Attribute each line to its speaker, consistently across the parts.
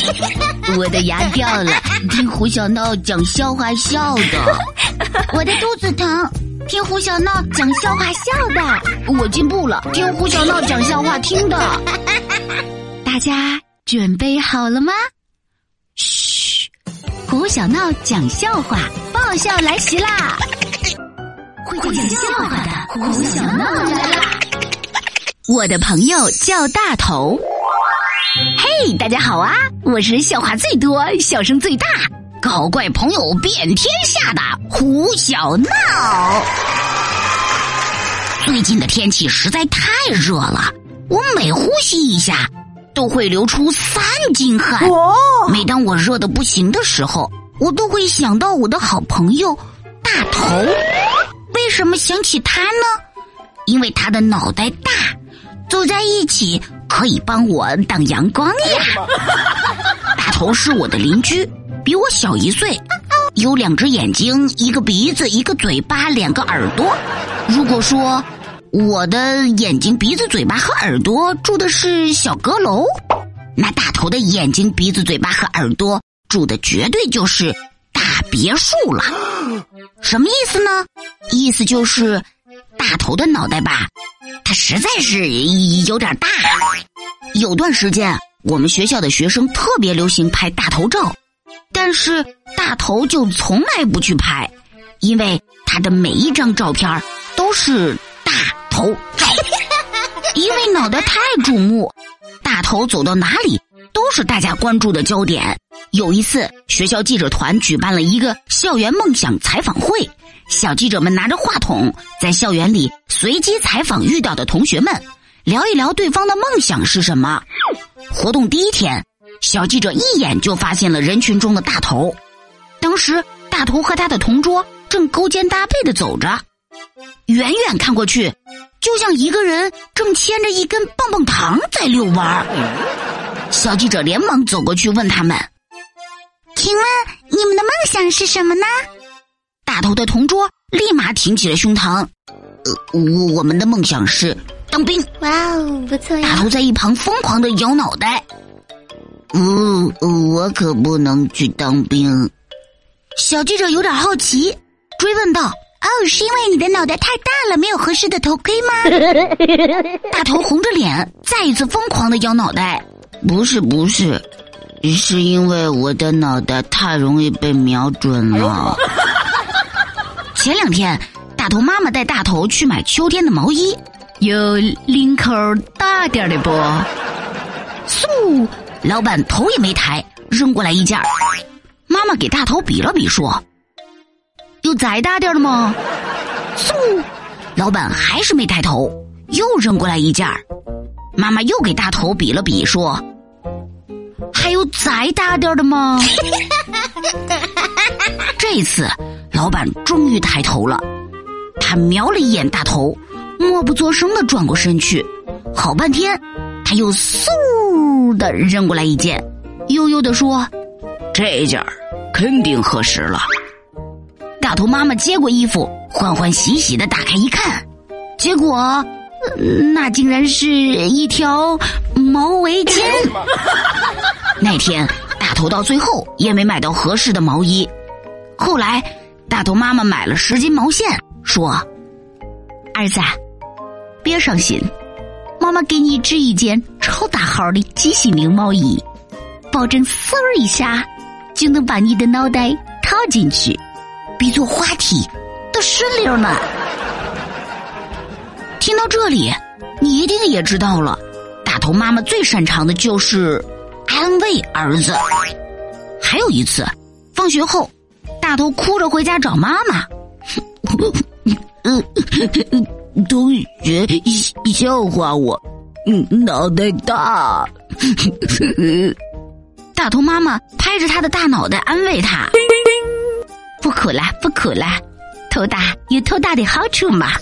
Speaker 1: 我的牙掉了，听胡小闹讲笑话笑的。
Speaker 2: 我的肚子疼，听胡小闹讲笑话笑的。
Speaker 1: 我进步了，听胡小闹讲笑话听的。
Speaker 2: 大家准备好了吗？嘘，胡小闹讲笑话，爆笑来袭啦！会讲笑话的胡小闹来啦！我的朋友叫大头。嘿，大家好啊！我是笑话最多、笑声最大、搞怪朋友遍天下的胡小闹。最近的天气实在太热了，我每呼吸一下都会流出3斤汗。每当我热得不行的时候，我都会想到我的好朋友大头。为什么想起他呢？因为他的脑袋大，走在一起可以帮我挡阳光呀。大头是我的邻居，比我小1岁，有2只眼睛、1个鼻子、1个嘴巴、2个耳朵。如果说我的眼睛、鼻子、嘴巴和耳朵住的是小阁楼，那大头的眼睛、鼻子、嘴巴和耳朵住的绝对就是大别墅了。什么意思呢？意思就是大头的脑袋吧，它实在是有点大。有段时间我们学校的学生特别流行拍大头照，但是大头就从来不去拍，因为他的每一张照片都是大头照。因为脑袋太瞩目，大头走到哪里都是大家关注的焦点。有一次学校记者团举办了一个校园梦想采访会，小记者们拿着话筒在校园里随机采访遇到的同学们，聊一聊对方的梦想是什么。活动第一天，小记者一眼就发现了人群中的大头。当时大头和他的同桌正勾肩搭背地走着，远远看过去就像一个人正牵着一根棒棒糖在遛弯。小记者连忙走过去问他们，请问你们的梦想是什么呢？大头的同桌立马挺起了胸膛，我们的梦想是当兵。 哇哦，不错呀！
Speaker 1: 大头在一旁疯狂地摇脑袋，我可不能去当兵。小记者有点好奇，追问道，是因为你的脑袋太大了，没有合适的头盔吗？大头红着脸再一次疯狂地摇脑袋，不是，是因为我的脑袋太容易被瞄准了。前2天大头妈妈带大头去买秋天的毛衣，有领口大点的不？嗖，老板头也没抬，扔过来一件。妈妈给大头比了比说，有再大点的吗？嗖，老板还是没抬头，又扔过来一件。妈妈又给大头比了比说，还有再大点的吗？这次老板终于抬头了，他瞄了一眼大头，默不作声地转过身去，好半天他又嗖地扔过来一件，悠悠地说，这件肯定合适了。大头妈妈接过衣服，欢欢喜喜地打开一看，结果那竟然是一条毛围巾。那天大头到最后也没买到合适的毛衣。后来大头妈妈买了10斤毛线，说，儿子别伤心，妈妈给你织一件超大号的鸡心领毛衣，保证嗖一下就能把你的脑袋套进去，比坐滑梯都顺溜呢。听到这里，你一定也知道了，大头妈妈最擅长的就是安慰儿子。还有一次放学后，大头哭着回家找妈妈，同学笑话我脑袋大。大头妈妈拍着他的大脑袋安慰他，不哭啦，头大有头大的好处嘛。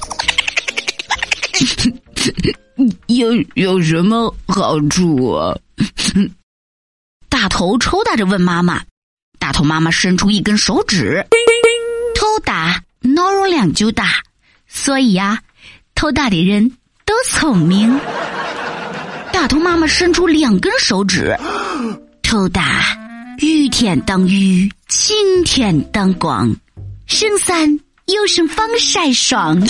Speaker 1: 有什么好处啊？大头抽打着问妈妈。大头妈妈伸出一根手指，头大脑容量就大，所以呀，头大的人都聪明。大头妈妈伸出2根手指， 头大，雨天当雨，晴天当光，省伞又省防晒霜。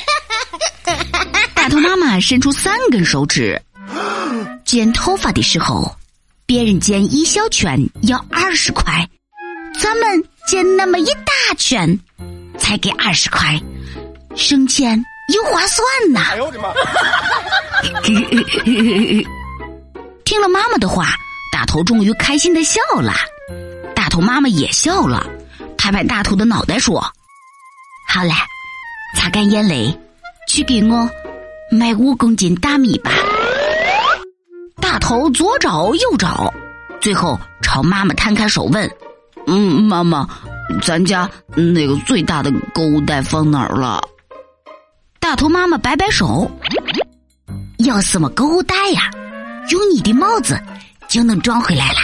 Speaker 1: 大头妈妈伸出3根手指，剪头发的时候，别人剪1小圈要20块，咱们剪那么一大圈才给20块，省钱又划算呐！哎呦我的妈！听了妈妈的话，大头终于开心地笑了。大头妈妈也笑了，拍拍大头的脑袋说：“好了，擦干眼泪，去给我买5公斤大米吧。”大头左找右找，最后朝妈妈摊开手问：“妈妈，咱家那个最大的购物袋放哪儿了？”大头妈妈摆摆手：“要什么购物袋呀？用你的帽子就能装回来了。”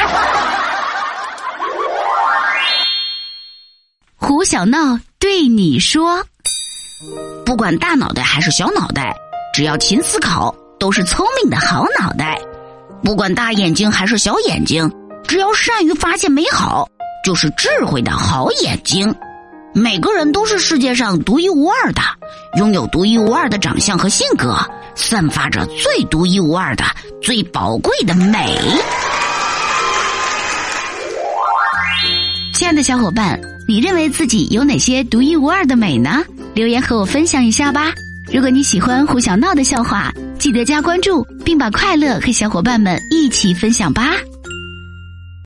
Speaker 1: 胡小闹对你说：不管大脑袋还是小脑袋，只要勤思考，都是聪明的好脑袋。不管大眼睛还是小眼睛，只要善于发现美好，就是智慧的好眼睛。每个人都是世界上独一无二的，拥有独一无二的长相和性格，散发着最独一无二的、最宝贵的美。亲爱的小伙伴，你认为自己有哪些独一无二的美呢？留言和我分享一下吧。如果你喜欢胡小闹的笑话，记得加关注，并把快乐和小伙伴们一起分享吧。